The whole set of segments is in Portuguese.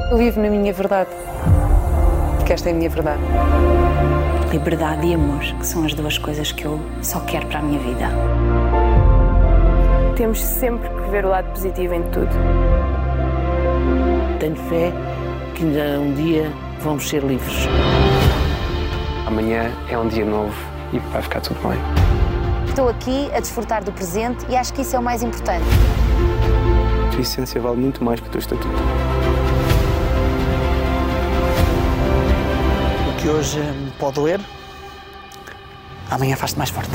Eu vivo na minha verdade, porque esta é a minha verdade. Liberdade e amor, que são as duas coisas que eu só quero para a minha vida. Temos sempre que ver o lado positivo em tudo. Tenho fé que ainda um dia vamos ser livres. Amanhã é um dia novo e vai ficar tudo bem. Estou aqui a desfrutar do presente e acho que isso é o mais importante. A tua essência vale muito mais que o teu estatuto. O que hoje me pode doer, amanhã faz-te mais forte.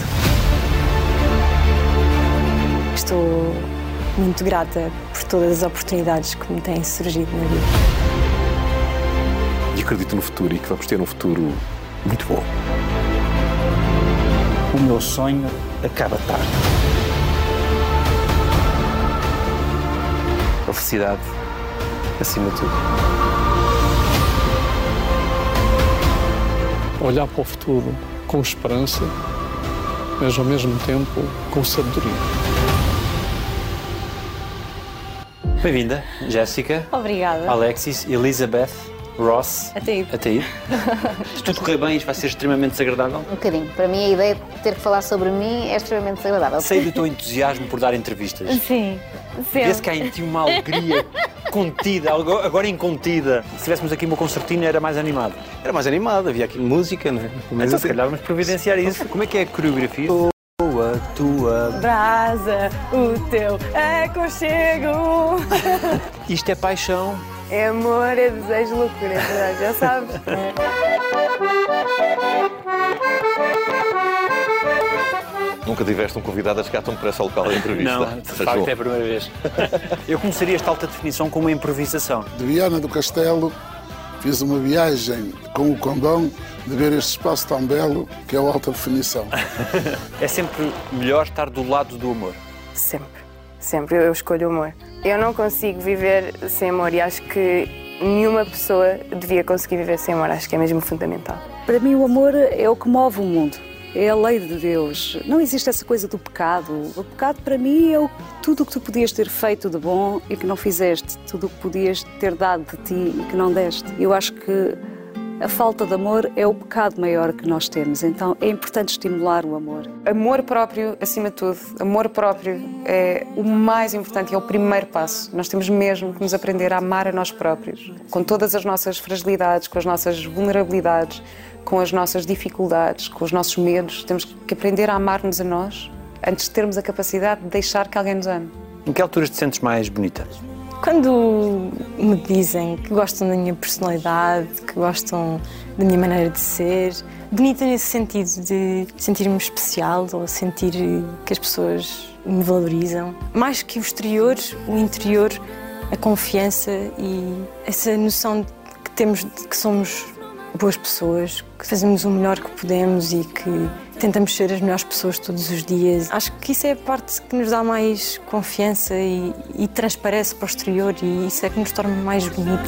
Estou muito grata por todas as oportunidades que me têm surgido na vida. E acredito no futuro e que vamos ter um futuro muito bom. O meu sonho acaba tarde. A felicidade, acima de tudo. Olhar para o futuro com esperança, mas ao mesmo tempo com sabedoria. Bem-vinda, Jéssica. Obrigada. Alexis, Elizabeth, Ross. Ataíde. Se tudo correr bem, isto vai ser extremamente desagradável. Um bocadinho. Para mim, a ideia de ter que falar sobre mim é extremamente desagradável. Sei do teu entusiasmo por dar entrevistas. Sim, Vê-se que há em ti uma alegria contida, agora incontida. Se tivéssemos aqui uma concertina, era mais animado. Era mais animado, havia aqui música, não é? Então, se calhar vamos providenciar isso. Como é que é a coreografia? A tua brasa, o teu aconchego. Isto é paixão. É amor, é desejo, loucura, é verdade, já sabes. Nunca tiveste um convidado a chegar tão depressa ao local da entrevista? Não, de facto é a primeira vez. Eu começaria esta alta definição com uma improvisação. De Viana do Castelo, fiz uma viagem com o condão de ver este espaço tão belo que é o alta definição. É sempre melhor estar do lado do amor. Sempre eu escolho o amor. Eu não consigo viver sem amor e acho que nenhuma pessoa devia conseguir viver sem amor. Acho que é mesmo fundamental. Para mim, o amor é o que move o mundo. É a lei de Deus. Não existe essa coisa do pecado. O pecado, para mim, é tudo o que tu podias ter feito de bom e que não fizeste. Tudo o que podias ter dado de ti e que não deste. Eu acho que a falta de amor é o pecado maior que nós temos. Então, é importante estimular o amor. Amor próprio, acima de tudo. Amor próprio é o mais importante e é o primeiro passo. Nós temos mesmo que nos aprender a amar a nós próprios. Com todas as nossas fragilidades, com as nossas vulnerabilidades, com as nossas dificuldades, com os nossos medos. Temos que aprender a amar-nos a nós antes de termos a capacidade de deixar que alguém nos ame. Em que alturas te sentes mais bonita? Quando me dizem que gostam da minha personalidade, que gostam da minha maneira de ser, bonita nesse sentido de sentir-me especial ou sentir que as pessoas me valorizam. Mais que o exterior, o interior, a confiança e essa noção de que temos de que somos boas pessoas, que fazemos o melhor que podemos e que tentamos ser as melhores pessoas todos os dias. Acho que isso é a parte que nos dá mais confiança e transparece para o exterior e isso é que nos torna mais bonitos.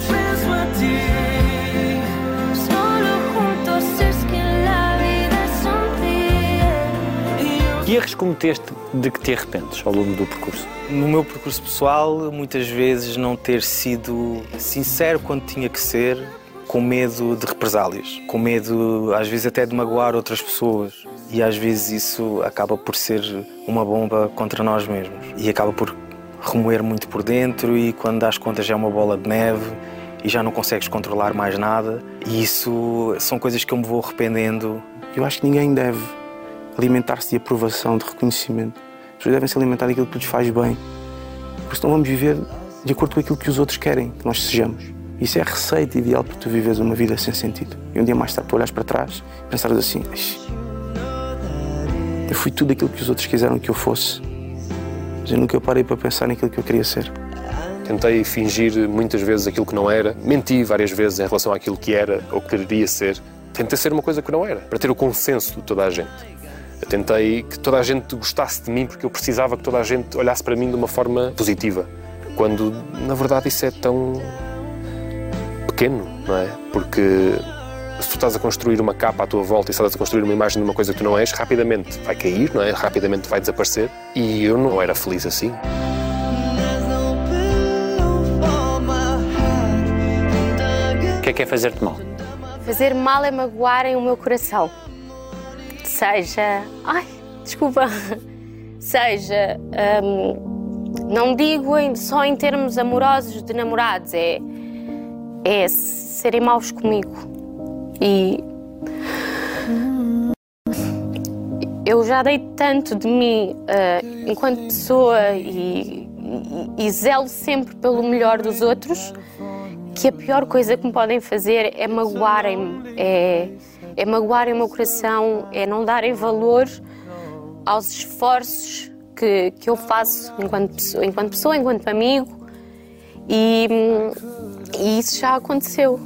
Que erros cometeste de que te arrependes ao longo do percurso? No meu percurso pessoal, muitas vezes não ter sido sincero quando tinha que ser, com medo de represálias, com medo, às vezes, até de magoar outras pessoas. E, às vezes, isso acaba por ser uma bomba contra nós mesmos. E acaba por remoer muito por dentro e, quando dás conta, já é uma bola de neve e já não consegues controlar mais nada. E isso são coisas que eu me vou arrependendo. Eu acho que ninguém deve alimentar-se de aprovação, de reconhecimento. As pessoas devem se alimentar daquilo que lhes faz bem. Por isso não vamos viver de acordo com aquilo que os outros querem que nós sejamos. Isso é a receita ideal para tu viveres uma vida sem sentido. E um dia mais tarde tu olhas para trás e pensares assim: eu fui tudo aquilo que os outros quiseram que eu fosse, mas eu nunca parei para pensar naquilo que eu queria ser. Tentei fingir muitas vezes aquilo que não era. Menti várias vezes em relação àquilo que era ou que queria ser. Tentei ser uma coisa que não era, para ter o consenso de toda a gente. Eu tentei que toda a gente gostasse de mim porque eu precisava que toda a gente olhasse para mim de uma forma positiva. Quando, na verdade, isso é tão pequeno, não é? Porque se tu estás a construir uma capa à tua volta e estás a construir uma imagem de uma coisa que tu não és, rapidamente vai cair, não é? Rapidamente vai desaparecer. E eu não era feliz assim. que é fazer-te mal? Fazer mal é magoarem o meu coração. Seja... Ai, desculpa. Seja... não digo só em termos amorosos de namorados, é serem maus comigo. E... eu já dei tanto de mim enquanto pessoa e zelo sempre pelo melhor dos outros, que a pior coisa que me podem fazer é magoarem-me, é magoarem o meu coração, é não darem valor aos esforços que eu faço enquanto pessoa, enquanto amigo, e isso já aconteceu.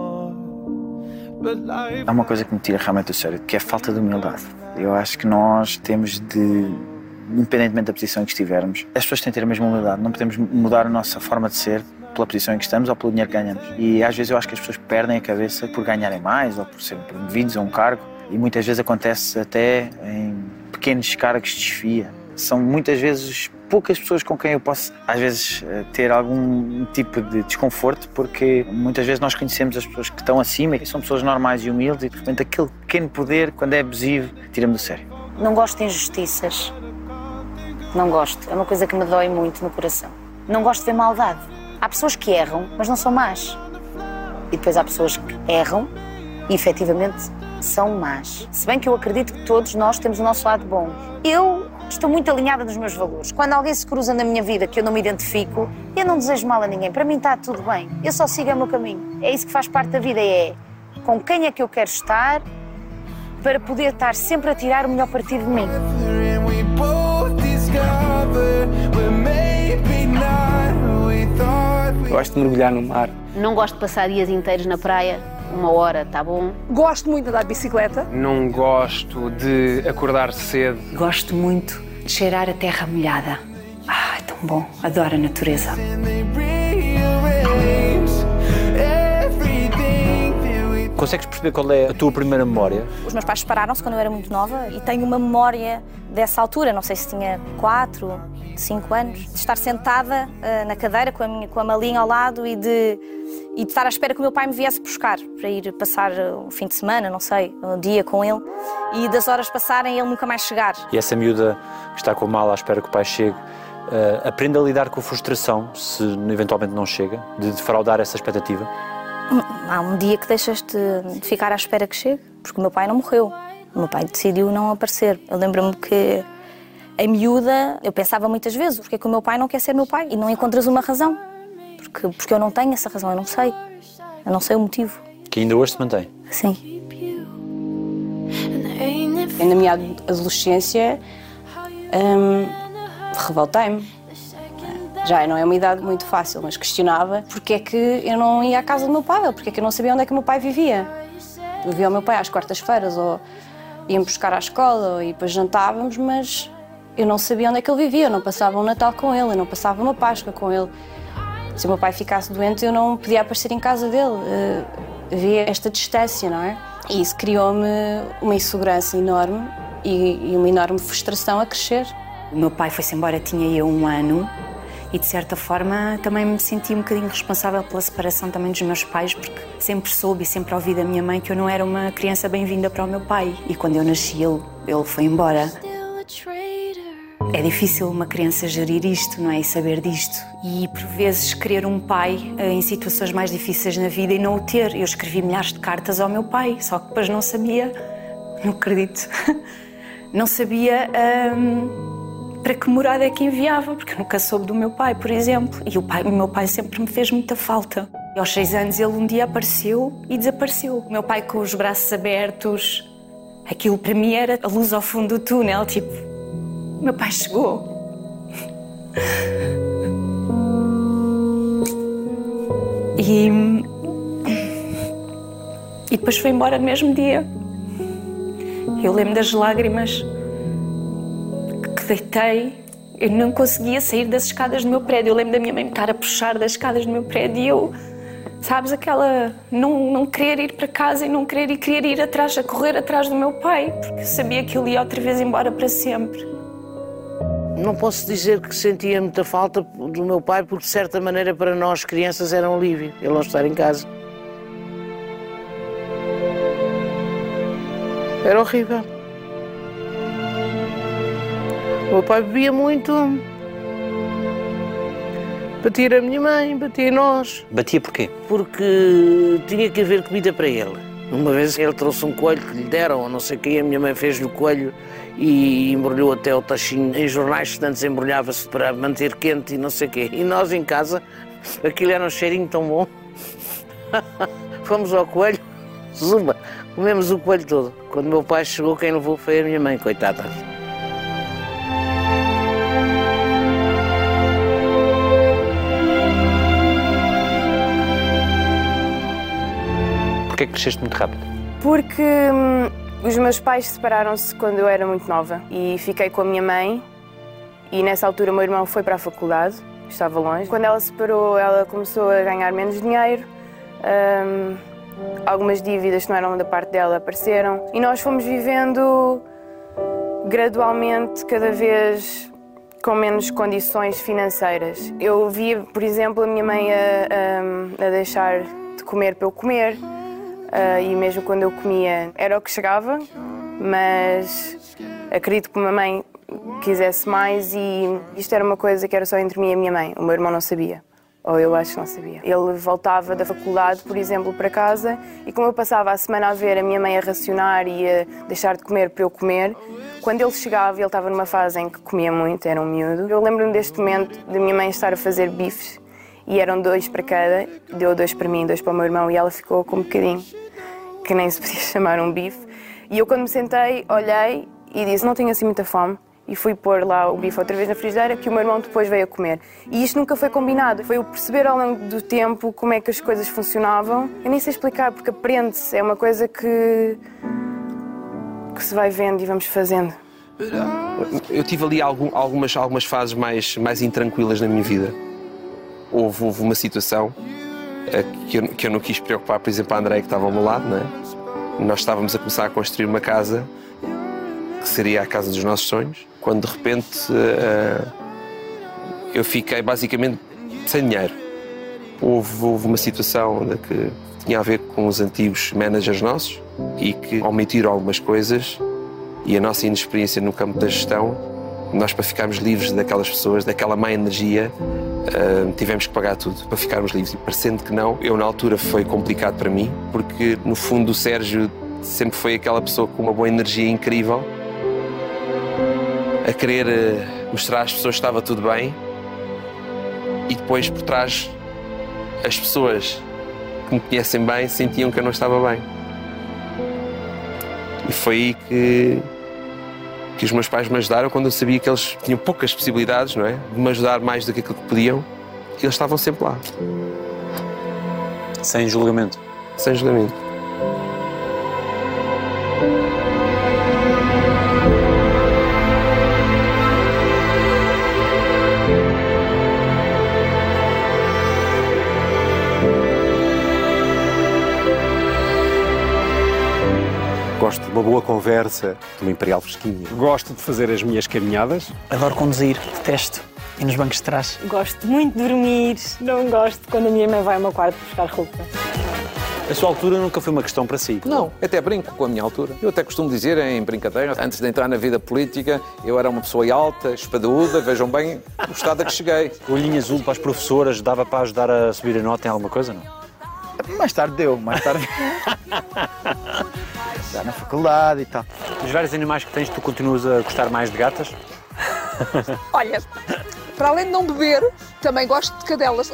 Há uma coisa que me tira realmente do sério, que é a falta de humildade. Eu acho que nós temos de, independentemente da posição em que estivermos, as pessoas têm que ter a mesma humildade. Não podemos mudar a nossa forma de ser pela posição em que estamos ou pelo dinheiro que ganhamos. E às vezes eu acho que as pessoas perdem a cabeça por ganharem mais ou por serem promovidos a um cargo. E muitas vezes acontece até em pequenos cargos de desfia. São muitas vezes poucas pessoas com quem eu posso, às vezes, ter algum tipo de desconforto, porque muitas vezes nós conhecemos as pessoas que estão acima e são pessoas normais e humildes e, de repente, aquele pequeno poder, quando é abusivo, tira-me do sério. Não gosto de injustiças. Não gosto. É uma coisa que me dói muito no coração. Não gosto de ver maldade. Há pessoas que erram, mas não são más. E depois há pessoas que erram e, efetivamente, são más. Se bem que eu acredito que todos nós temos o nosso lado bom. Eu estou muito alinhada nos meus valores. Quando alguém se cruza na minha vida que eu não me identifico, eu não desejo mal a ninguém. Para mim está tudo bem. Eu só sigo o meu caminho. É isso que faz parte da vida. É com quem é que eu quero estar para poder estar sempre a tirar o melhor partido de mim. Gosto de mergulhar no mar. Não gosto de passar dias inteiros na praia. 1 hora, tá bom? Gosto muito de andar de bicicleta. Não gosto de acordar cedo. Gosto muito de cheirar a terra molhada. Ah, é tão bom. Adoro a natureza. Consegues perceber qual é a tua primeira memória? Os meus pais separaram-se quando eu era muito nova e tenho uma memória dessa altura, não sei se tinha 4, 5 anos, de estar sentada na cadeira com a malinha ao lado e de estar à espera que o meu pai me viesse buscar para ir passar um fim de semana, não sei, um dia com ele, e das horas passarem e ele nunca mais chegar. E essa miúda que está com o mal à espera que o pai chegue, aprende a lidar com a frustração se eventualmente não chega, de defraudar essa expectativa? Há um dia que deixas de ficar à espera que chegue, porque o meu pai não morreu. O meu pai decidiu não aparecer. Eu lembro-me que em miúda eu pensava muitas vezes porque é que o meu pai não quer ser meu pai e não encontras uma razão. Porque eu não tenho essa razão, eu não sei. Eu não sei o motivo. Que ainda hoje se mantém? Sim. Na minha adolescência, revoltei-me. Já não é uma idade muito fácil, mas questionava porque é que eu não ia à casa do meu pai, ou porque é que eu não sabia onde é que o meu pai vivia. Eu via o meu pai às quartas-feiras, ou íamos buscar à escola, e depois jantávamos, mas eu não sabia onde é que ele vivia, eu não passava um Natal com ele, eu não passava uma Páscoa com ele. Se o meu pai ficasse doente, eu não podia aparecer em casa dele. Havia esta distância, não é? E isso criou-me uma insegurança enorme e uma enorme frustração a crescer. O meu pai foi-se embora, tinha eu 1 ano. E, de certa forma, também me senti um bocadinho responsável pela separação também dos meus pais, porque sempre soube e sempre ouvi da minha mãe que eu não era uma criança bem-vinda para o meu pai. E quando eu nasci, ele foi embora. É difícil uma criança gerir isto, não é? E saber disto. E, por vezes, querer um pai em situações mais difíceis na vida e não o ter. Eu escrevi milhares de cartas ao meu pai, só que depois não sabia, não acredito, não sabia... para que morada é que enviava, porque eu nunca soube do meu pai, por exemplo. E o meu pai sempre me fez muita falta. E aos 6 anos ele um dia apareceu e desapareceu. O meu pai com os braços abertos, aquilo para mim era a luz ao fundo do túnel, tipo, o meu pai chegou. E depois foi embora no mesmo dia. Eu lembro das lágrimas que deitei, eu não conseguia sair das escadas do meu prédio. Eu lembro da minha mãe me estar a puxar das escadas do meu prédio e eu, sabes, aquela não querer ir para casa e não querer e querer ir atrás, a correr atrás do meu pai, porque eu sabia que ele ia outra vez embora para sempre. Não posso dizer que sentia muita falta do meu pai, porque de certa maneira para nós crianças era um alívio ele não estar em casa. Era horrível. O meu pai bebia muito. Batia a minha mãe, batia nós. Batia porquê? Porque tinha que haver comida para ele. Uma vez ele trouxe um coelho que lhe deram, ou não sei o quê, a minha mãe fez-lhe o coelho e embrulhou até o tachinho em jornais, antes embrulhava-se para manter quente e não sei o quê. E nós em casa, aquilo era um cheirinho tão bom. Fomos ao coelho, zumba, comemos o coelho todo. Quando meu pai chegou, quem levou foi a minha mãe, coitada. Porquê é que cresceste muito rápido? Porque os meus pais separaram-se quando eu era muito nova e fiquei com a minha mãe e nessa altura o meu irmão foi para a faculdade, estava longe. Quando ela se separou, ela começou a ganhar menos dinheiro, algumas dívidas que não eram da parte dela apareceram e nós fomos vivendo gradualmente cada vez com menos condições financeiras. Eu via, por exemplo, a minha mãe a deixar de comer para eu comer. E mesmo quando eu comia era o que chegava, mas acredito que a minha mãe quisesse mais e isto era uma coisa que era só entre mim e a minha mãe. O meu irmão não sabia, ou eu acho que não sabia. Ele voltava da faculdade, por exemplo, para casa e como eu passava a semana a ver a minha mãe a racionar e a deixar de comer para eu comer, quando ele chegava, ele estava numa fase em que comia muito, era um miúdo. Eu lembro-me deste momento da minha mãe estar a fazer bifes e eram 2 para cada, deu 2 para mim, 2 para o meu irmão e ela ficou com um bocadinho, que nem se podia chamar um bife. E eu quando me sentei, olhei e disse, não tenho assim muita fome. E fui pôr lá o bife outra vez na frigideira, que o meu irmão depois veio a comer. E isto nunca foi combinado. Foi eu perceber ao longo do tempo como é que as coisas funcionavam. Eu nem sei explicar, porque aprende-se. É uma coisa que se vai vendo e vamos fazendo. Eu tive ali algumas fases mais intranquilas na minha vida. Houve uma situação que eu não quis preocupar, por exemplo, a Andréia, que estava ao meu lado, não é? Nós estávamos a começar a construir uma casa que seria a casa dos nossos sonhos, quando de repente eu fiquei basicamente sem dinheiro. Houve uma situação que tinha a ver com os antigos managers nossos e que omitiram algumas coisas e a nossa inexperiência no campo da gestão, nós para ficarmos livres daquelas pessoas, daquela má energia, tivemos que pagar tudo para ficarmos livres. E parecendo que não, eu na altura foi complicado para mim, porque no fundo o Sérgio sempre foi aquela pessoa com uma boa energia incrível, a querer mostrar às pessoas que estava tudo bem e depois por trás as pessoas que me conhecem bem sentiam que eu não estava bem. E foi aí que os meus pais me ajudaram quando eu sabia que eles tinham poucas possibilidades, não é? De me ajudar mais do que aquilo que podiam, e eles estavam sempre lá. Sem julgamento? Sem julgamento. Gosto de uma boa conversa, de uma imperial fresquinha. Gosto de fazer as minhas caminhadas. Adoro conduzir, detesto. E nos bancos de trás. Gosto muito de dormir. Não gosto quando a minha mãe vai ao meu quarto buscar roupa. A sua altura nunca foi uma questão para si? Não, até brinco com a minha altura. Eu até costumo dizer em brincadeira, antes de entrar na vida política, eu era uma pessoa alta, espaduda, vejam bem o estado a que cheguei. O olhinho azul para as professoras dava para ajudar a subir a nota em alguma coisa, não? Mais tarde deu, mais tarde. Já na faculdade e tal. Os vários animais que tens, tu continuas a gostar mais de gatas? Olha, para além de não beber, também gosto de cadelas.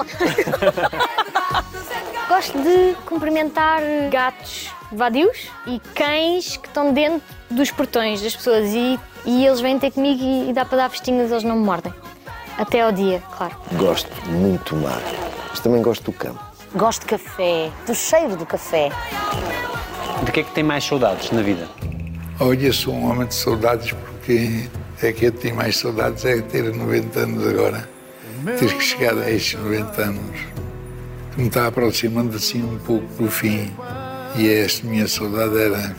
Gosto de cumprimentar gatos vadios e cães que estão dentro dos portões das pessoas e eles vêm ter comigo e dá para dar festinhas, eles não me mordem. Até ao dia, claro. Gosto muito do mar, mas também gosto do campo. Gosto de café, do cheiro do café. De que é que tem mais saudades na vida? Olha, eu sou um homem de saudades porque é que eu tenho mais saudades é ter 90 anos agora. Ter que chegar a estes 90 anos. Me está aproximando assim um pouco do fim. E esta minha saudade era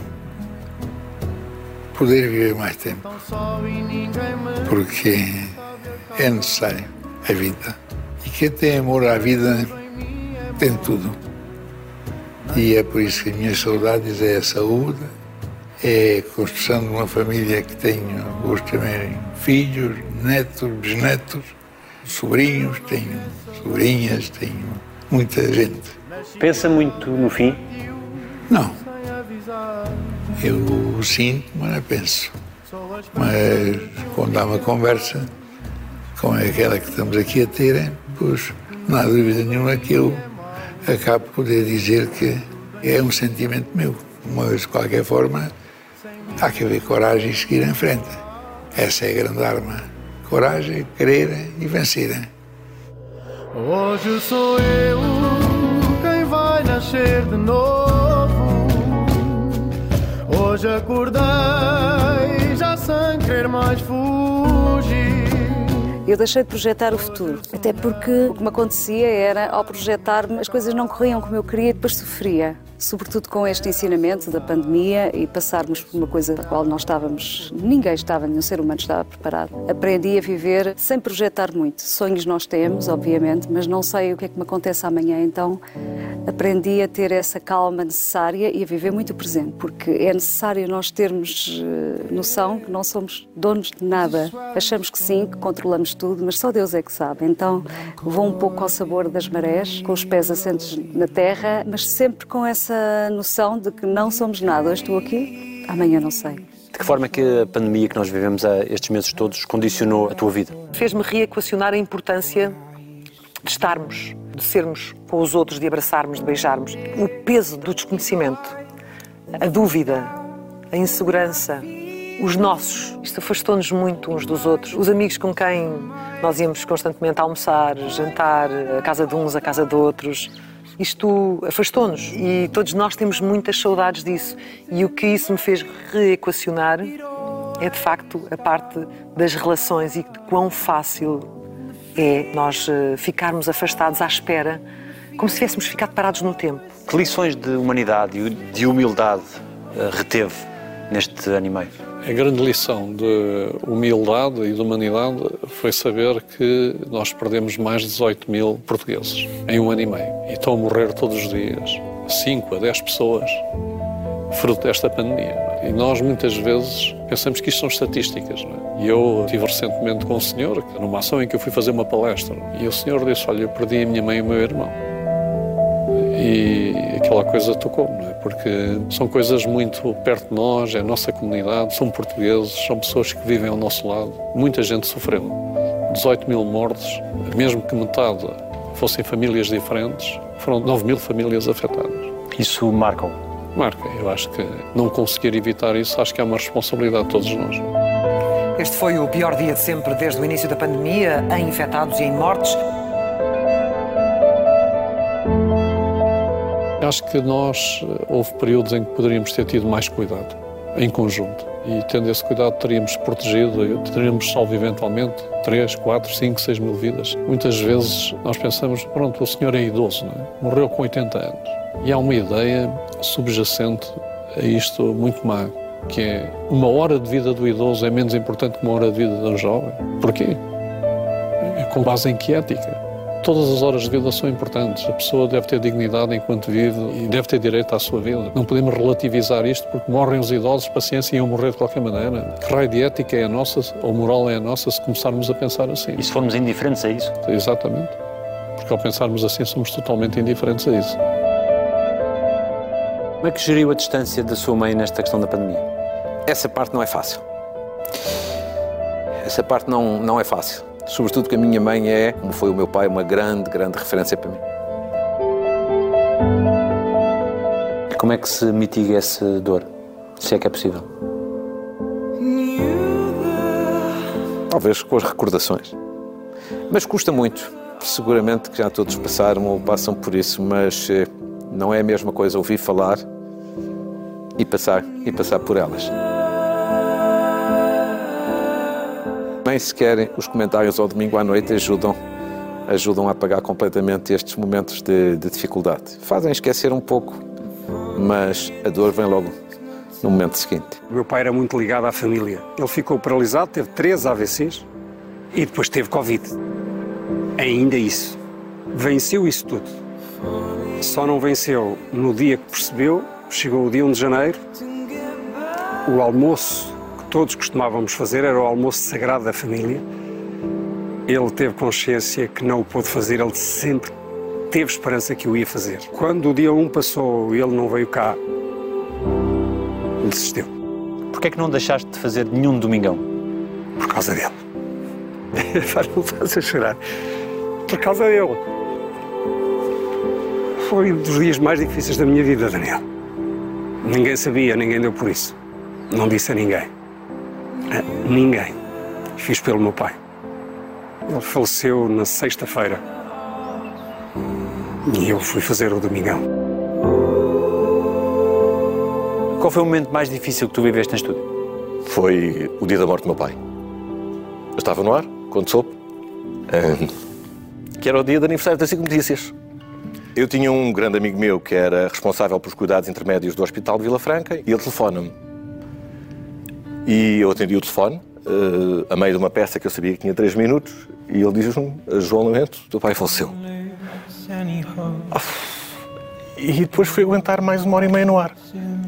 poder viver mais tempo. Porque é necessário a vida. E quem tem amor à vida tem tudo. E é por isso que as minhas saudades é a saúde é a construção de uma família que tenha gosto também filhos, netos, bisnetos, sobrinhos, tenho sobrinhas, tenho muita gente. Pensa muito no fim? Não. Eu sinto, mas não penso. Mas quando há uma conversa, como é aquela que estamos aqui a ter, pois não há dúvida nenhuma que eu acabo de poder dizer que é um sentimento meu. Mas, de qualquer forma, há que haver coragem e seguir em frente. Essa é a grande arma. Coragem, querer e vencer. Hoje sou eu quem vai nascer de novo. Hoje acordei já sem querer mais fugir. Eu deixei de projetar o futuro, até porque o que me acontecia era, ao projetar-me, as coisas não corriam como eu queria e depois sofria. Sobretudo com este ensinamento da pandemia e passarmos por uma coisa da qual não estávamos, ninguém estava, nenhum ser humano estava preparado. Aprendi a viver sem projetar muito. Sonhos nós temos, obviamente, mas não sei o que é que me acontece amanhã, então aprendi a ter essa calma necessária e a viver muito o presente, porque é necessário nós termos noção que não somos donos de nada. Achamos que sim, que controlamos tudo, mas só Deus é que sabe. Então vou um pouco ao sabor das marés, com os pés assentes na terra, mas sempre com essa noção de que não somos nada. Hoje estou aqui, amanhã não sei. De que forma é que a pandemia que nós vivemos há estes meses todos condicionou a tua vida? Fez-me reequacionar a importância de estarmos, de sermos com os outros, de abraçarmos, de beijarmos. O peso do desconhecimento, a dúvida, a insegurança, os nossos. Isto afastou-nos muito uns dos outros. Os amigos com quem nós íamos constantemente almoçar, jantar, a casa de uns, a casa de outros. Isto afastou-nos e todos nós temos muitas saudades disso. E o que isso me fez reequacionar é, de facto, a parte das relações e de quão fácil é nós ficarmos afastados à espera, como se tivéssemos ficado parados no tempo. Que lições de humanidade e de humildade reteve neste ano e meio? A grande lição de humildade e de humanidade foi saber que nós perdemos mais de 18 mil portugueses em um ano e meio. E estão a morrer todos os dias 5 a 10 pessoas fruto desta pandemia. E nós muitas vezes pensamos que isto são estatísticas. Não é? E eu estive recentemente com um senhor, numa ação em que eu fui fazer uma palestra, e o senhor disse, olha, eu perdi a minha mãe e o meu irmão. E aquela coisa tocou-me, não é? Porque são coisas muito perto de nós, é a nossa comunidade, são portugueses, são pessoas que vivem ao nosso lado. Muita gente sofreu. 18 mil mortes, mesmo que metade fossem famílias diferentes, foram 9 mil famílias afetadas. Isso marca-o? Marca. Eu acho que não conseguir evitar isso, acho que é uma responsabilidade de todos nós. Este foi o pior dia de sempre desde o início da pandemia, em infectados e em mortes. Acho que houve períodos em que poderíamos ter tido mais cuidado, em conjunto. E tendo esse cuidado teríamos protegido, teríamos salvo eventualmente 3, 4, 5, 6 mil vidas. Muitas vezes nós pensamos, pronto, o senhor é idoso, não é? Morreu com 80 anos. E há uma ideia subjacente a isto muito má, que é uma hora de vida do idoso é menos importante que uma hora de vida de um jovem. Porquê? É com base em que ética? Todas as horas de vida são importantes. A pessoa deve ter dignidade enquanto vive e deve ter direito à sua vida. Não podemos relativizar isto porque morrem os idosos, paciência, iam morrer de qualquer maneira. Que raio de ética é a nossa, ou moral é a nossa, se começarmos a pensar assim? E se formos indiferentes a isso? Exatamente. Porque ao pensarmos assim somos totalmente indiferentes a isso. Como é que geriu a distância da sua mãe nesta questão da pandemia? Essa parte não é fácil. Essa parte não é fácil. Sobretudo que a minha mãe é, como foi o meu pai, uma grande referência para mim. Como é que se mitiga essa dor, se é que é possível? Talvez com as recordações. Mas custa muito. Seguramente que já todos passaram ou passam por isso, mas não é a mesma coisa ouvir falar e passar por elas. Nem sequer os comentários ao domingo à noite ajudam a apagar completamente estes momentos de dificuldade. Fazem esquecer um pouco, mas a dor vem logo no momento seguinte. O meu pai era muito ligado à família. Ele ficou paralisado, teve 3 AVCs e depois teve Covid. Ainda isso. Venceu isso tudo. Só não venceu no dia que percebeu, chegou o dia 1 de janeiro, O almoço que todos costumávamos fazer era o almoço sagrado da família. Ele teve consciência que não o pôde fazer, ele sempre teve esperança que o ia fazer. Quando o dia 1 passou e ele não veio cá, desistiu. Porquê é que não deixaste de fazer nenhum domingão? Por causa dele. Não faz a chorar. Por causa dele. Foi um dos dias mais difíceis da minha vida, Daniel. Ninguém sabia, ninguém deu por isso. Não disse a ninguém. A ninguém. Fiz pelo meu pai. Ele faleceu na sexta-feira. E eu fui fazer o domingão. Qual foi o momento mais difícil que tu viveste em estúdio? Foi o dia da morte do meu pai. Eu estava no ar, quando soube, que era o dia de aniversário da SIC Notícias. Eu tinha um grande amigo meu que era responsável pelos cuidados intermédios do Hospital de Vila Franca e ele telefona-me. E eu atendi o telefone, a meio de uma peça que eu sabia que tinha 3 minutos, e ele diz-me: João, lamento, teu pai faleceu. E depois fui aguentar mais 1h30 no ar.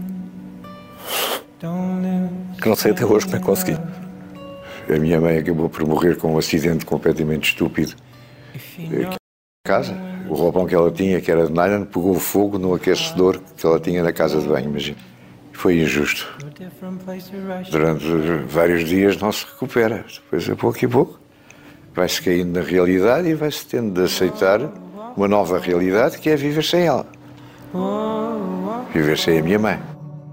Que não sei até hoje como é que consegui. A minha mãe acabou por morrer com um acidente completamente estúpido. Aqui em casa, o roupão que ela tinha, que era de nylon, pegou fogo no aquecedor que ela tinha na casa de banho, imagina. Foi injusto. Durante vários dias não se recupera. Depois, a pouco e pouco, vai-se caindo na realidade e vai-se tendo de aceitar uma nova realidade, que é viver sem ela. Viver sem a minha mãe.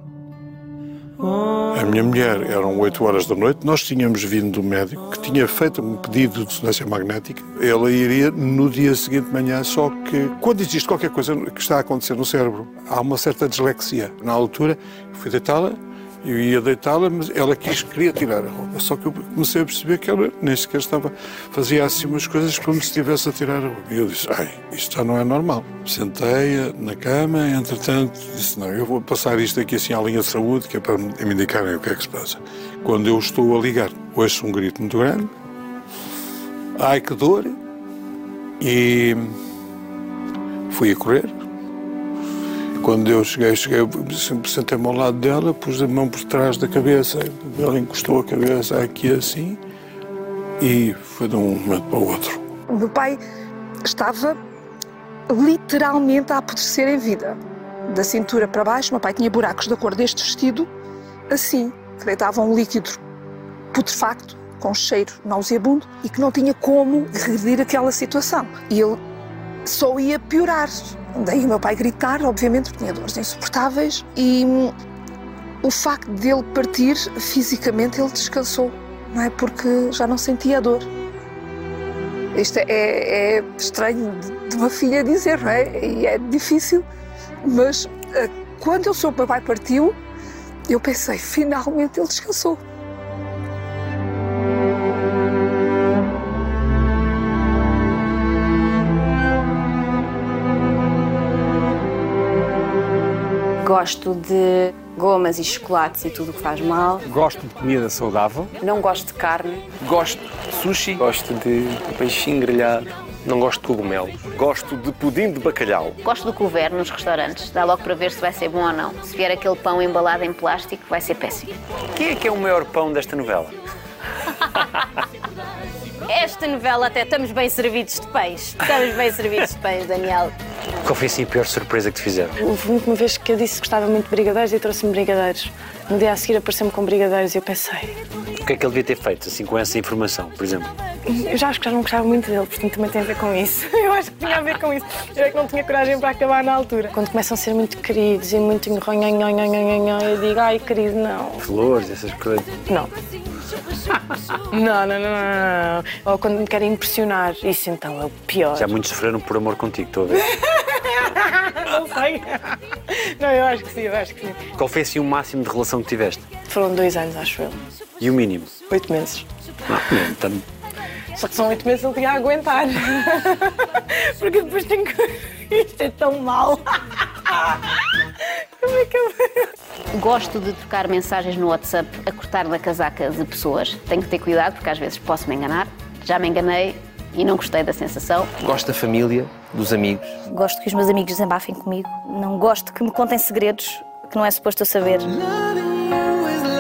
A minha mulher, eram 8 horas da noite, nós tínhamos vindo do médico que tinha feito um pedido de ressonância magnética. Ela iria no dia seguinte de manhã, só que quando existe qualquer coisa que está a acontecer no cérebro, há uma certa dislexia. Na altura, fui deitá-la, eu ia deitá-la, mas ela queria tirar a roupa. Só que eu comecei a perceber que ela nem sequer estava, fazia assim umas coisas como se estivesse a tirar a roupa. E eu disse: isto já não é normal. Sentei-a na cama, entretanto, disse: não, eu vou passar isto aqui assim à linha de saúde, que é para me indicarem o que é que se passa. Quando eu estou a ligar, ouço um grito muito grande, ai que dor, e fui a correr. Quando eu cheguei, sentei-me ao lado dela, pus a mão por trás da cabeça, ela encostou a cabeça aqui assim e foi de um momento para o outro. O meu pai estava literalmente a apodrecer em vida. Da cintura para baixo, o meu pai tinha buracos da cor deste vestido, assim, que deitava um líquido putrefacto, com cheiro nauseabundo, e que não tinha como regredir aquela situação. E ele só ia piorar. Daí o meu pai gritar, obviamente, porque tinha dores insuportáveis, e o facto de ele partir, fisicamente ele descansou, não é? Porque já não sentia a dor. Isto é estranho de uma filha dizer, não é? E é difícil, mas quando eu soube que o meu pai partiu, eu pensei, finalmente ele descansou. Gosto de gomas e chocolates e tudo o que faz mal. Gosto de comida saudável. Não gosto de carne. Gosto de sushi. Gosto de peixinho grelhado. Não gosto de cogumelos. Gosto de pudim de bacalhau. Gosto do couvert nos restaurantes. Dá logo para ver se vai ser bom ou não. Se vier aquele pão embalado em plástico, vai ser péssimo. Quem é o maior pão desta novela? Esta novela até estamos bem servidos de peixe. Estamos bem servidos de peixe, Daniel. Qual foi assim a pior surpresa que te fizeram? Houve uma vez que eu disse que gostava muito de brigadeiros e trouxe-me brigadeiros. No dia a seguir apareceu-me com brigadeiros e eu pensei... O que é que ele devia ter feito, assim, com essa informação, por exemplo? Eu já acho que já não gostava muito dele, portanto também tem a ver com isso. Eu acho que tinha a ver com isso. Eu é que não tinha coragem para acabar na altura. Quando começam a ser muito queridos e muito nhonhonhonhonhonhonhon, eu digo, ai querido, não. Flores, essas coisas? Não. Não. Ou quando me querem impressionar, isso então é o pior. Já muitos sofreram por amor contigo, estou a ver. Não sei. Não, eu acho que sim, Qual foi assim o máximo de relação que tiveste? Foram 2 anos, acho eu. E o mínimo? 8 meses. Então... Só que são 8 meses que eu tinha a aguentar. Porque depois tenho que... Isto é tão mau. Como é que eu... Gosto de trocar mensagens no WhatsApp a cortar da casaca de pessoas. Tenho que ter cuidado porque às vezes posso me enganar. Já me enganei e não gostei da sensação. Gosto da família, dos amigos. Gosto que os meus amigos desabafem comigo. Não gosto que me contem segredos que não é suposto eu saber.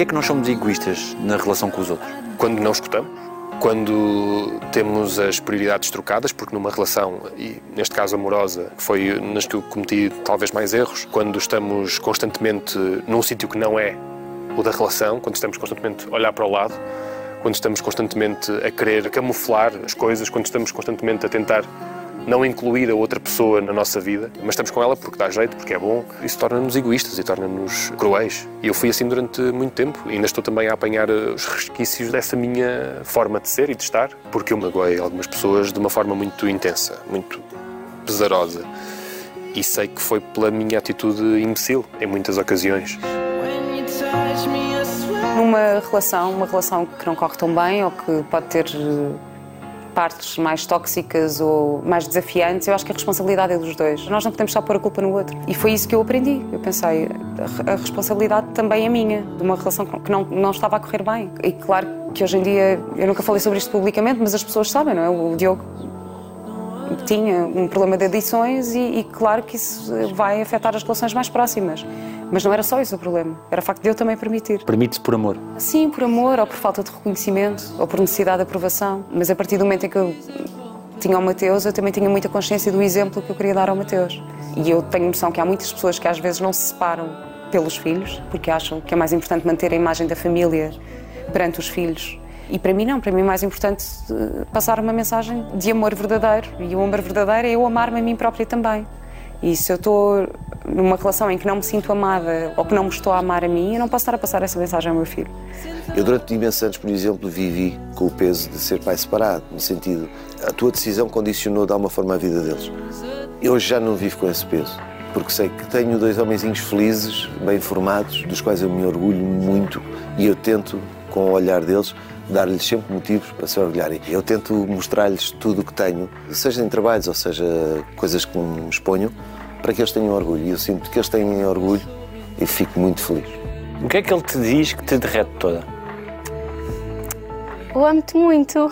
Porquê é que nós somos egoístas na relação com os outros? Quando não escutamos, quando temos as prioridades trocadas, porque numa relação, e neste caso amorosa, foi nas que eu cometi talvez mais erros, quando estamos constantemente num sítio que não é o da relação, quando estamos constantemente a olhar para o lado, quando estamos constantemente a querer camuflar as coisas, quando estamos constantemente a tentar não incluir a outra pessoa na nossa vida, mas estamos com ela porque dá jeito, porque é bom, isso torna-nos egoístas e torna-nos cruéis. E eu fui assim durante muito tempo e ainda estou também a apanhar os resquícios dessa minha forma de ser e de estar, porque eu magoei algumas pessoas de uma forma muito intensa, muito pesarosa. E sei que foi pela minha atitude imbecil em muitas ocasiões. Numa relação que não corre tão bem ou que pode ter partes mais tóxicas ou mais desafiantes, eu acho que a responsabilidade é dos dois. Nós não podemos só pôr a culpa no outro. E foi isso que eu aprendi. Eu pensei, a responsabilidade também é minha, de uma relação que não estava a correr bem. E claro que hoje em dia, eu nunca falei sobre isto publicamente, mas as pessoas sabem, não é? O Diogo tinha um problema de adições e claro que isso vai afetar as relações mais próximas. Mas não era só isso o problema, era o facto de eu também permitir. Permite-se por amor? Sim, por amor, ou por falta de reconhecimento, ou por necessidade de aprovação. Mas a partir do momento em que eu tinha o Mateus, eu também tinha muita consciência do exemplo que eu queria dar ao Mateus. E eu tenho noção que há muitas pessoas que às vezes não se separam pelos filhos, porque acham que é mais importante manter a imagem da família perante os filhos. E para mim não, para mim é mais importante passar uma mensagem de amor verdadeiro. E o amor verdadeiro é eu amar-me a mim própria também. E se eu estou numa relação em que não me sinto amada ou que não me estou a amar a mim, eu não posso estar a passar essa mensagem ao meu filho. Eu durante imensos anos, por exemplo, vivi com o peso de ser pai separado, no sentido, a tua decisão condicionou de alguma forma a vida deles. Eu já não vivo com esse peso, porque sei que tenho 2 homenzinhos felizes, bem formados, dos quais eu me orgulho muito e eu tento, com o olhar deles, dar-lhes sempre motivos para se orgulharem. Eu tento mostrar-lhes tudo o que tenho, seja em trabalhos ou seja coisas que me exponho, para que eles tenham orgulho. E eu sinto que eles têm orgulho e fico muito feliz. O que é que ele te diz que te derrete toda? Eu amo-te muito.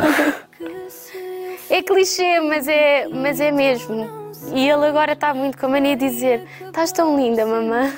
É clichê, mas é mesmo. E ele agora está muito com a mania de dizer: estás tão linda, mamã.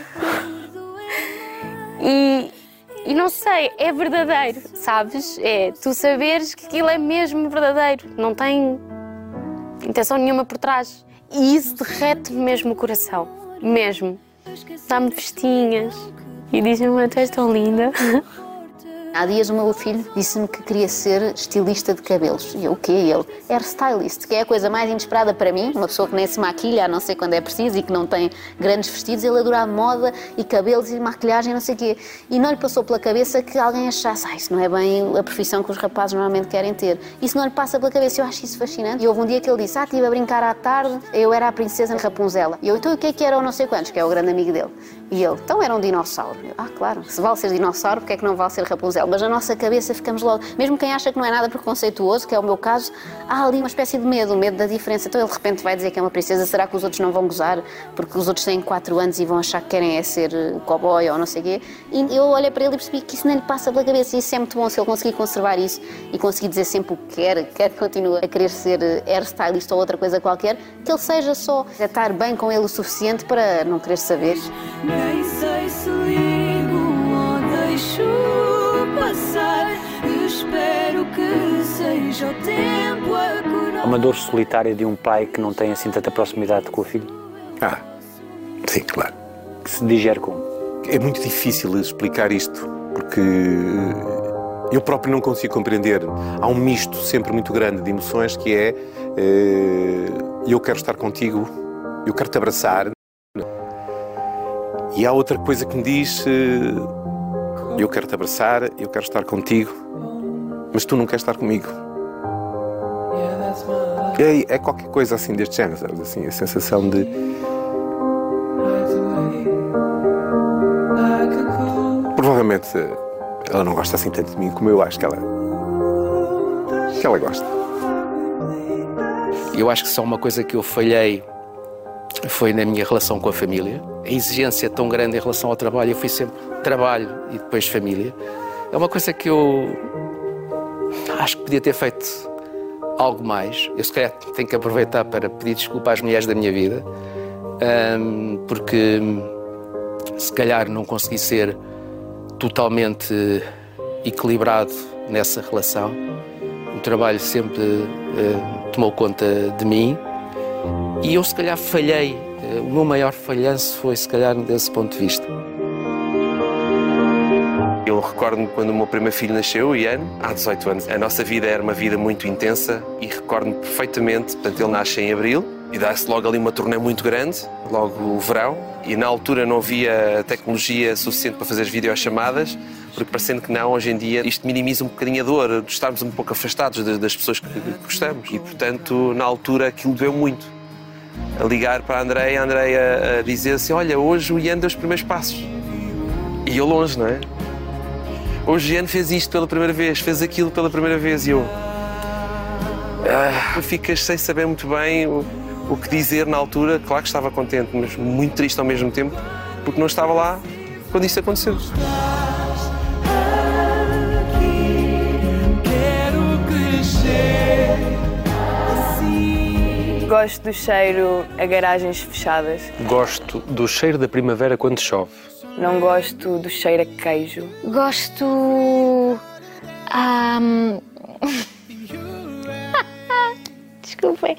E não sei, é verdadeiro, sabes? É tu saberes que aquilo é mesmo verdadeiro. Não tem intenção nenhuma por trás. E isso derrete-me mesmo o coração. Mesmo. Dá-me festinhas. E diz-me: tu és tão linda. Há dias o meu filho disse-me que queria ser estilista de cabelos. E eu, o quê? Ele, hairstylist, que é a coisa mais inesperada para mim, uma pessoa que nem se maquilha, a não ser quando é preciso e que não tem grandes vestidos. Ele adora moda e cabelos e maquilhagem, não sei o quê. E não lhe passou pela cabeça que alguém achasse: isso não é bem a profissão que os rapazes normalmente querem ter. Isso não lhe passa pela cabeça. Eu acho isso fascinante. E houve um dia que ele disse: estive a brincar à tarde, eu era a princesa Rapunzel. E eu, então o que é que era o não sei quantos, que é o grande amigo dele? E ele, então era um dinossauro. Eu, claro, se vale ser dinossauro, porque é que não vale ser Rapunzel? Mas na nossa cabeça ficamos logo, mesmo quem acha que não é nada preconceituoso, que é o meu caso, há ali uma espécie de medo, o medo da diferença. Então ele de repente vai dizer que é uma princesa, será que os outros não vão gozar? Porque os outros têm 4 anos e vão achar que querem ser cowboy ou não sei o quê. E eu olhei para ele e percebi que isso nem lhe passa pela cabeça. E isso é muito bom, se ele conseguir conservar isso e conseguir dizer sempre o que quer que continue a querer ser hairstylist ou outra coisa qualquer, que ele seja só a estar bem com ele o suficiente para não querer saber. Nem sei se ligo ou deixo passar. Espero que seja o tempo a curar. Há uma dor solitária de um pai que não tem assim tanta proximidade com o filho? Sim, claro. Que se digere como? É muito difícil explicar isto, porque eu próprio não consigo compreender. Há um misto sempre muito grande de emoções que é eu quero estar contigo, eu quero te abraçar. E há outra coisa que me diz eu quero te abraçar, eu quero estar contigo, mas tu não queres estar comigo. É qualquer coisa assim deste género, sabes? Assim, a sensação de... Provavelmente ela não gosta assim tanto de mim como eu acho que ela gosta. Eu acho que só uma coisa que eu falhei foi na minha relação com a família. A exigência tão grande em relação ao trabalho, eu fui sempre trabalho e depois família. É uma coisa que eu acho que podia ter feito algo mais. Eu se calhar tenho que aproveitar para pedir desculpa às mulheres da minha vida, porque se calhar não consegui ser totalmente equilibrado nessa relação. O trabalho sempre tomou conta de mim e eu, se calhar, falhei. O meu maior falhanço foi, se calhar, desse ponto de vista. Eu recordo-me quando o meu primeiro filho nasceu, o Ian, há 18 anos. A nossa vida era uma vida muito intensa e recordo-me perfeitamente. Portanto, ele nasce em abril e dá-se logo ali uma turnê muito grande, logo o verão. E na altura não havia tecnologia suficiente para fazer as videochamadas, porque parecendo que não, hoje em dia isto minimiza um bocadinho a dor de estarmos um pouco afastados das pessoas que gostamos. E, portanto, na altura aquilo doeu muito. A ligar para a Andreia a dizer assim, olha, hoje o Ian deu os primeiros passos. E eu longe, não é? Hoje o Ian fez isto pela primeira vez, fez aquilo pela primeira vez e eu... ficas sem saber muito bem o que dizer na altura. Claro que estava contente, mas muito triste ao mesmo tempo, porque não estava lá quando isto aconteceu. Gosto do cheiro a garagens fechadas. Gosto do cheiro da primavera quando chove. Não gosto do cheiro a queijo. Gosto... Desculpem.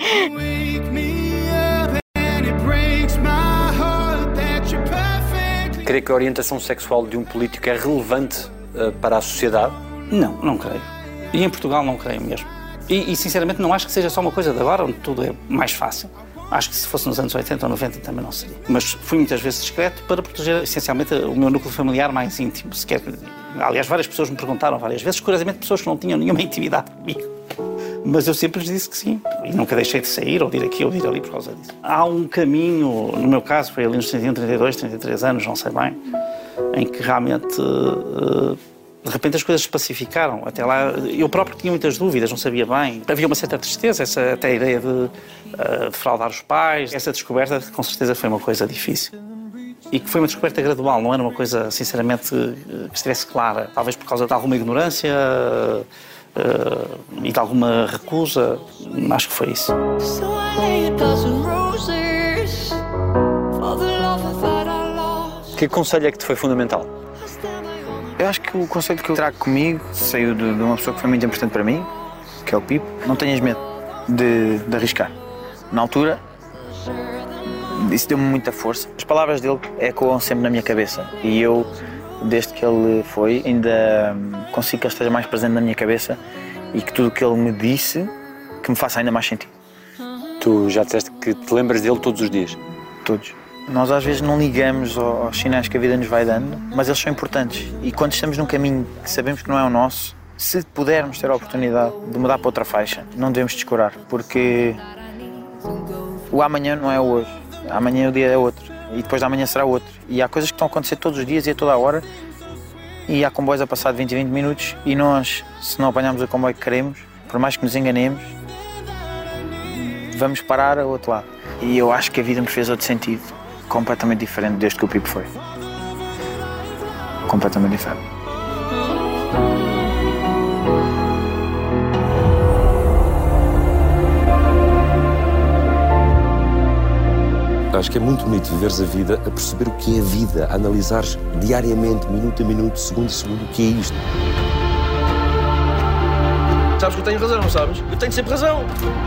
Creio que a orientação sexual de um político é relevante para a sociedade? Não, não creio. E em Portugal não creio mesmo. E sinceramente não acho que seja só uma coisa de agora, onde tudo é mais fácil. Acho que se fosse nos anos 80 ou 90 também não seria. Mas fui muitas vezes discreto para proteger essencialmente o meu núcleo familiar mais íntimo. Sequer... Aliás, várias pessoas me perguntaram várias vezes, curiosamente pessoas que não tinham nenhuma intimidade comigo. Mas eu sempre lhes disse que sim. E nunca deixei de sair, ou de ir aqui, ou de ir ali por causa disso. Há um caminho, no meu caso foi ali nos 31, 32, 33 anos, não sei bem, em que realmente... de repente as coisas se pacificaram. Até lá eu próprio tinha muitas dúvidas, não sabia bem. Havia uma certa tristeza, até a ideia de defraudar os pais. Essa descoberta com certeza foi uma coisa difícil. E que foi uma descoberta gradual, não era uma coisa sinceramente que estivesse clara. Talvez por causa de alguma ignorância e de alguma recusa. Acho que foi isso. Que conselho é que te foi fundamental? Eu acho que o conceito que eu trago comigo saiu de uma pessoa que foi muito importante para mim, que é o Pipo. Não tenhas medo de arriscar. Na altura, isso deu-me muita força. As palavras dele ecoam sempre na minha cabeça. E eu, desde que ele foi, ainda consigo que ele esteja mais presente na minha cabeça e que tudo o que ele me disse, que me faça ainda mais sentido. Tu já disseste que te lembras dele todos os dias? Todos. Nós às vezes não ligamos aos sinais que a vida nos vai dando, mas eles são importantes. E quando estamos num caminho que sabemos que não é o nosso, se pudermos ter a oportunidade de mudar para outra faixa, não devemos descurar, porque o amanhã não é o hoje. Amanhã o dia é outro. E depois da amanhã será outro. E há coisas que estão a acontecer todos os dias e a toda a hora. E há comboios a passar de 20 em 20 minutos e nós, se não apanharmos o comboio que queremos, por mais que nos enganemos, vamos parar ao outro lado. E eu acho que a vida me fez outro sentido. Completamente diferente desde que o Pipo foi. Completamente diferente. Acho que é muito bonito viveres a vida a perceber o que é a vida, a analisares diariamente, minuto a minuto, segundo a segundo, o que é isto. Sabes que eu tenho razão, não sabes? Eu tenho sempre razão.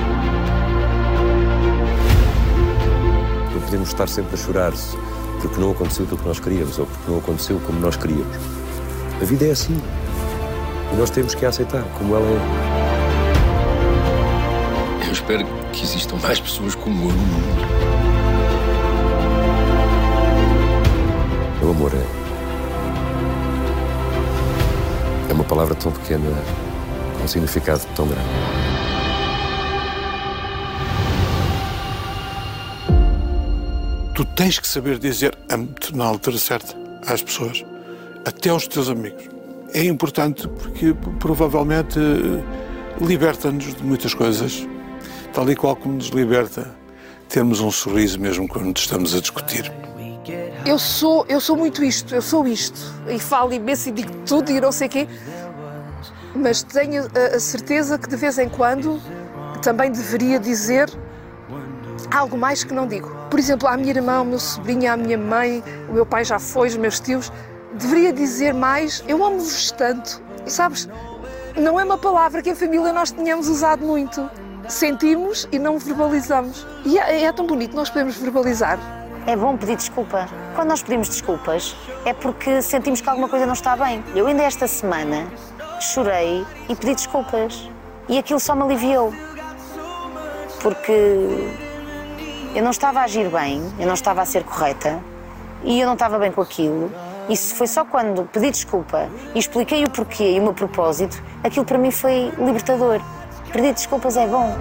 Não podemos estar sempre a chorar-se porque não aconteceu aquilo que nós queríamos ou porque não aconteceu como nós queríamos. A vida é assim. E nós temos que a aceitar como ela é. Eu espero que existam mais pessoas como eu no mundo. O amor é uma palavra tão pequena, com um significado tão grande. Tu tens que saber dizer amo-te na altura certa às pessoas, até aos teus amigos. É importante porque provavelmente liberta-nos de muitas coisas, tal e qual como nos liberta termos um sorriso mesmo quando estamos a discutir. Eu sou muito isto, eu sou isto. E falo imenso e digo tudo e não sei o quê. Mas tenho a certeza que de vez em quando também deveria dizer algo mais que não digo. Por exemplo, à minha irmã, ao meu sobrinho, à minha mãe, o meu pai já foi, os meus tios. deveria dizer mais, eu amo-vos tanto. Sabes, não é uma palavra que a família nós tenhamos usado muito. Sentimos e não verbalizamos. E é tão bonito, nós podemos verbalizar. É bom pedir desculpa. Quando nós pedimos desculpas, é porque sentimos que alguma coisa não está bem. Eu ainda esta semana chorei e pedi desculpas. E aquilo só me aliviou. Porque eu não estava a agir bem, eu não estava a ser correta e eu não estava bem com aquilo. Isso foi só quando pedi desculpa e expliquei o porquê e o meu propósito, aquilo para mim foi libertador. Pedir desculpas é bom.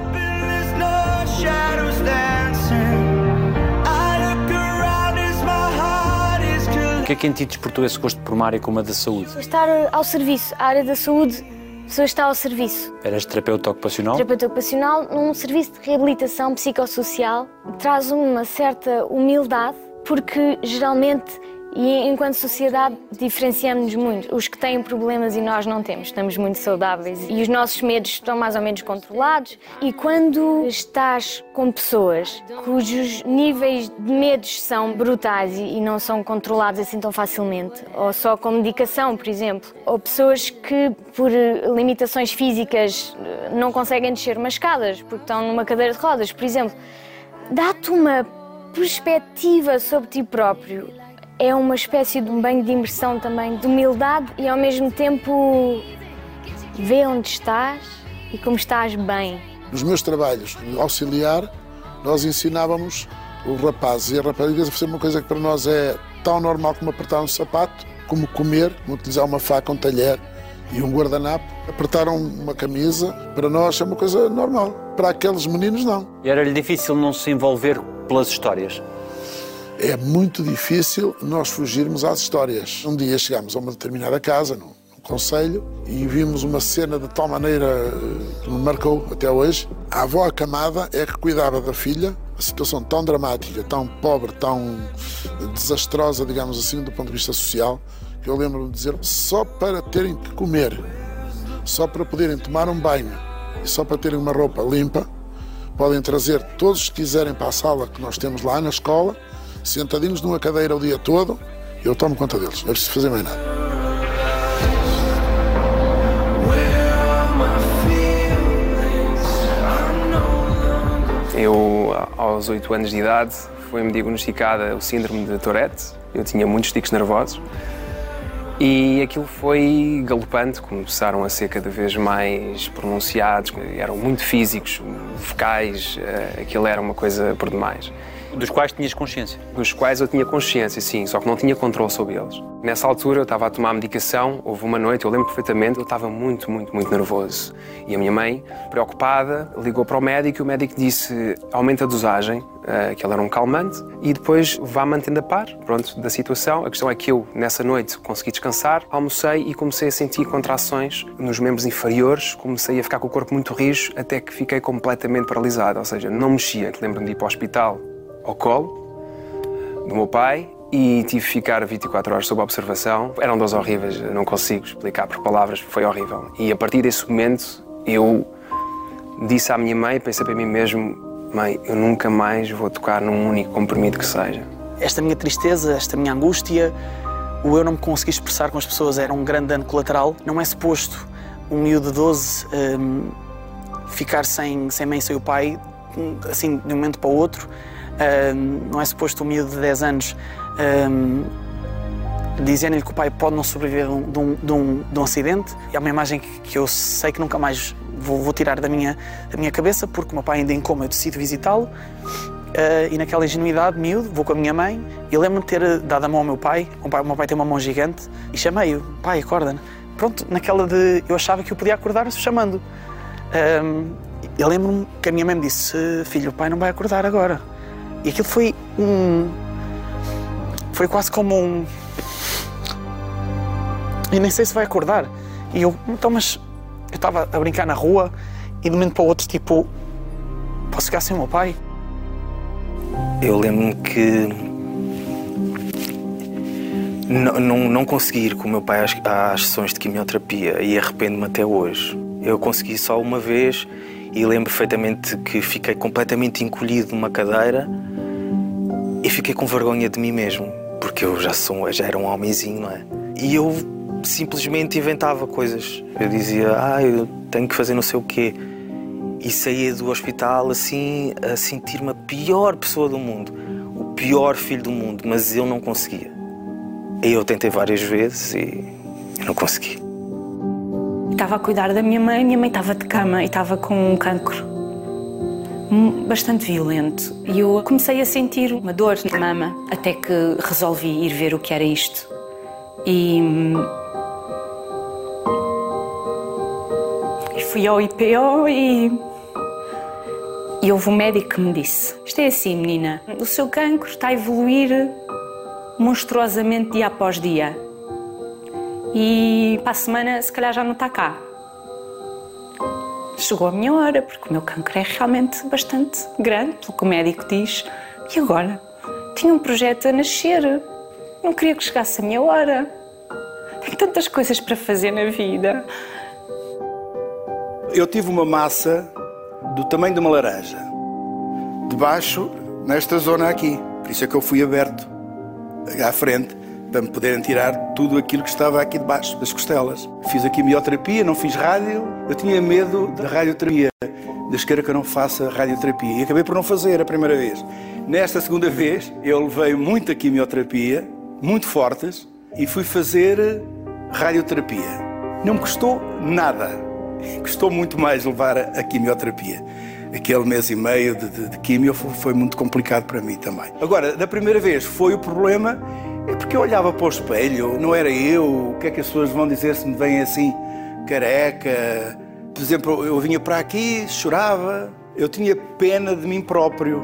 O que é que em ti despertou esse gosto por uma área como a da saúde? Estar ao serviço. A área da saúde, a pessoa está ao serviço. Eras terapeuta ocupacional? Terapeuta ocupacional num serviço de reabilitação psicossocial. Traz uma certa humildade, porque geralmente, e enquanto sociedade, diferenciamos-nos muito. Os que têm problemas e nós não temos, estamos muito saudáveis e os nossos medos estão mais ou menos controlados. E quando estás com pessoas cujos níveis de medos são brutais e não são controlados assim tão facilmente, ou só com medicação, por exemplo, ou pessoas que por limitações físicas não conseguem descer umas escadas porque estão numa cadeira de rodas, por exemplo, dá-te uma perspectiva sobre ti próprio. É uma espécie de um banho de imersão também, de humildade e ao mesmo tempo vê onde estás e como estás bem. Nos meus trabalhos de auxiliar, nós ensinávamos os rapazes e as raparigas a fazer uma coisa que para nós é tão normal como apertar um sapato, como comer, como utilizar uma faca, um talher e um guardanapo. Apertar uma camisa, para nós é uma coisa normal. Para aqueles meninos, não. E era-lhe difícil não se envolver pelas histórias? É muito difícil nós fugirmos às histórias. Um dia chegámos a uma determinada casa, num concelho, e vimos uma cena de tal maneira que me marcou até hoje. A avó acamada é que cuidava da filha, a situação tão dramática, tão pobre, tão desastrosa, digamos assim, do ponto de vista social, que eu lembro-me de dizer, só para terem que comer, só para poderem tomar um banho e só para terem uma roupa limpa, podem trazer todos que quiserem para a sala que nós temos lá na escola, sentadinhos numa cadeira o dia todo, eu tomo conta deles, não é preciso fazer mais nada. Eu, aos 8 anos de idade, foi-me diagnosticada o síndrome de Tourette. Eu tinha muitos tiques nervosos e aquilo foi galopante, começaram a ser cada vez mais pronunciados, eram muito físicos, vocais, aquilo era uma coisa por demais. Dos quais tinhas consciência? Dos quais eu tinha consciência, sim, só que não tinha controle sobre eles. Nessa altura eu estava a tomar medicação, houve uma noite, eu lembro perfeitamente, eu estava muito nervoso. E a minha mãe, preocupada, ligou para o médico e o médico disse aumenta a dosagem, que ele era um calmante, e depois vá mantendo a par, pronto, da situação. A questão é que eu, nessa noite, consegui descansar, almocei e comecei a sentir contrações nos membros inferiores, comecei a ficar com o corpo muito rijo, até que fiquei completamente paralisado, ou seja, não mexia. Lembro-me de ir para o hospital ao colo do meu pai e tive que ficar 24 horas sob observação. Eram dores horríveis, não consigo explicar por palavras, foi horrível. E a partir desse momento eu disse à minha mãe, pensei para mim mesmo, mãe, eu nunca mais vou tocar num único comprimido que seja. Esta minha tristeza, esta minha angústia, o eu não me conseguir expressar com as pessoas era um grande dano colateral. Não é suposto um miúdo de 12 ficar sem mãe e sem o pai, assim, de um momento para o outro. Não é suposto um miúdo de 10 anos dizendo-lhe que o pai pode não sobreviver de um acidente. É uma imagem que eu sei que nunca mais vou tirar da minha cabeça, porque o meu pai ainda em coma, eu decido visitá-lo e naquela ingenuidade, miúdo, vou com a minha mãe e lembro-me de ter dado a mão ao meu pai. O meu pai tem uma mão gigante e chamei-o, pai, acorda. Pronto, naquela de eu achava que eu podia acordar chamando. Eu lembro-me que a minha mãe me disse, filho, o pai não vai acordar agora. E aquilo foi foi quase como um... E nem sei se vai acordar. E eu, então, mas... Eu estava a brincar na rua e de um momento para o outro, tipo... Posso ficar sem o meu pai? Eu lembro-me que... Não consegui ir com o meu pai às sessões de quimioterapia e arrependo-me até hoje. Eu consegui só uma vez e lembro perfeitamente que fiquei completamente encolhido numa cadeira e fiquei com vergonha de mim mesmo, porque eu já era um homenzinho, não é? E eu simplesmente inventava coisas. Eu dizia, eu tenho que fazer não sei o quê. E saía do hospital assim, a sentir-me a pior pessoa do mundo, o pior filho do mundo, mas eu não conseguia. E eu tentei várias vezes e não consegui. Estava a cuidar da minha mãe estava de cama e estava com um cancro bastante violento. E eu comecei a sentir uma dor na mama, até que resolvi ir ver o que era isto. E fui ao IPO e houve um médico que me disse: isto é assim, menina, o seu cancro está a evoluir monstruosamente dia após dia. E para a semana, se calhar, já não está cá. Chegou a minha hora, porque o meu cancro é realmente bastante grande, pelo que o médico diz. E agora? Tinha um projeto a nascer. Não queria que chegasse a minha hora. Tenho tantas coisas para fazer na vida. Eu tive uma massa do tamanho de uma laranja, debaixo, nesta zona aqui. Por isso é que eu fui aberto à frente, para me poderem tirar tudo aquilo que estava aqui debaixo das costelas. Fiz a quimioterapia, não fiz rádio. Eu tinha medo da radioterapia. Deus queira que eu não faça radioterapia. E acabei por não fazer a primeira vez. Nesta segunda vez, eu levei muita quimioterapia, muito fortes, e fui fazer radioterapia. Não me custou nada. Custou muito mais levar a quimioterapia. Aquele mês e meio de quimio foi muito complicado para mim também. Agora, da primeira vez foi o problema, é porque eu olhava para o espelho, não era eu. O que é que as pessoas vão dizer se me veem assim, careca? Por exemplo, eu vinha para aqui, chorava, eu tinha pena de mim próprio.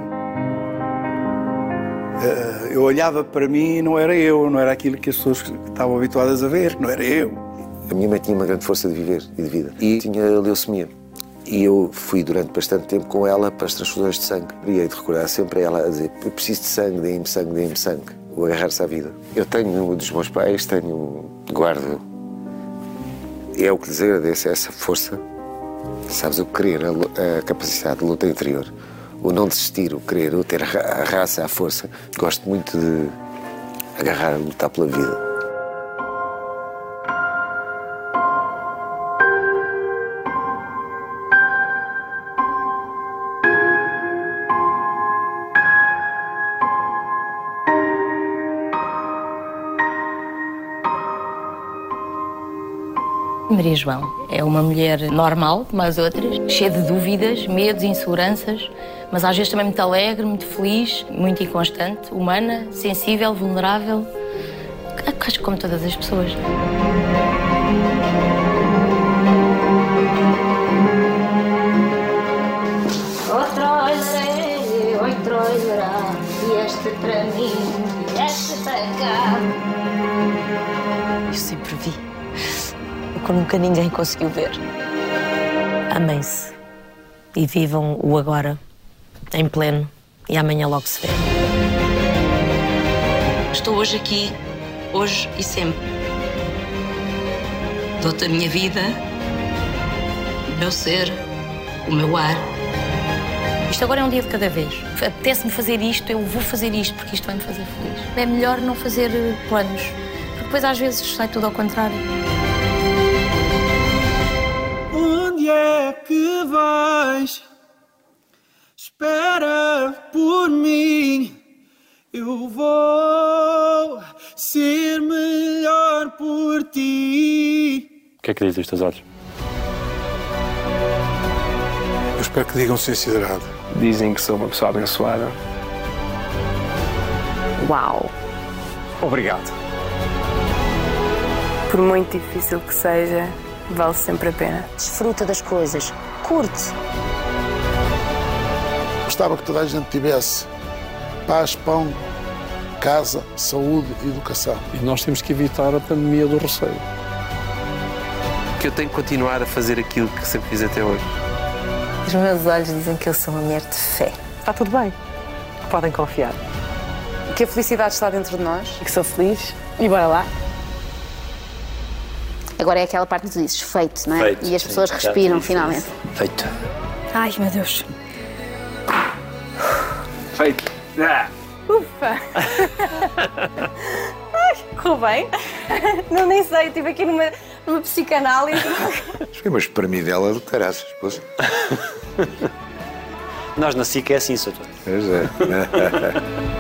Eu olhava para mim e não era eu, não era aquilo que as pessoas estavam habituadas a ver, não era eu. A minha mãe tinha uma grande força de viver e de vida. E tinha leucemia. E eu fui durante bastante tempo com ela para as transfusões de sangue. E hei de recordar sempre a ela a dizer: eu preciso de sangue, deem-me sangue, deem-me sangue. O agarrar-se à vida. Eu tenho dos meus pais, guardo. É o que lhes agradeço, essa força. Sabes, o querer, a capacidade de luta interior. O não desistir, o querer, o ter a raça, a força. Gosto muito de agarrar, a lutar pela vida. Maria João é uma mulher normal, como as outras, cheia de dúvidas, medos, inseguranças, mas às vezes também muito alegre, muito feliz, muito inconstante, humana, sensível, vulnerável, acho que como todas as pessoas. Outro olhará, e este para mim, e este para cá. Eu sempre vi o que nunca ninguém conseguiu ver. Amem-se e vivam o agora, em pleno, e amanhã logo se vê. Estou hoje aqui, hoje e sempre. Dou-te a minha vida, o meu ser, o meu ar. Isto agora é um dia de cada vez. Apetece-me fazer isto, eu vou fazer isto, porque isto vai-me fazer feliz. É melhor não fazer planos, porque depois às vezes sai tudo ao contrário. Onde é que vais? Espera por mim. Eu vou ser melhor por ti. O que é que dizem os teus olhos? Eu espero que digam sinceridade. Dizem que sou uma pessoa abençoada. Uau! Obrigado. Por muito difícil que seja, vale sempre a pena. Desfruta das coisas. Curte. Gostava que toda a gente tivesse paz, pão, casa, saúde e educação. E nós temos que evitar a pandemia do receio. Que eu tenho que continuar a fazer aquilo que sempre fiz até hoje. Os meus olhos dizem que eu sou uma mulher de fé. Está tudo bem. Podem confiar. Que a felicidade está dentro de nós. E que sou feliz. E bora lá. Agora é aquela parte que tu dizes, feito, não é? Feito, e as pessoas respiram, finalmente. Feito. Ai, meu Deus. Feito. Ufa! Ai, correu bem. Não, nem sei, estive aqui numa psicanálise. Foi uma espremidela do caraças, pois. Nós na SIC é assim, Soutor. Pois é.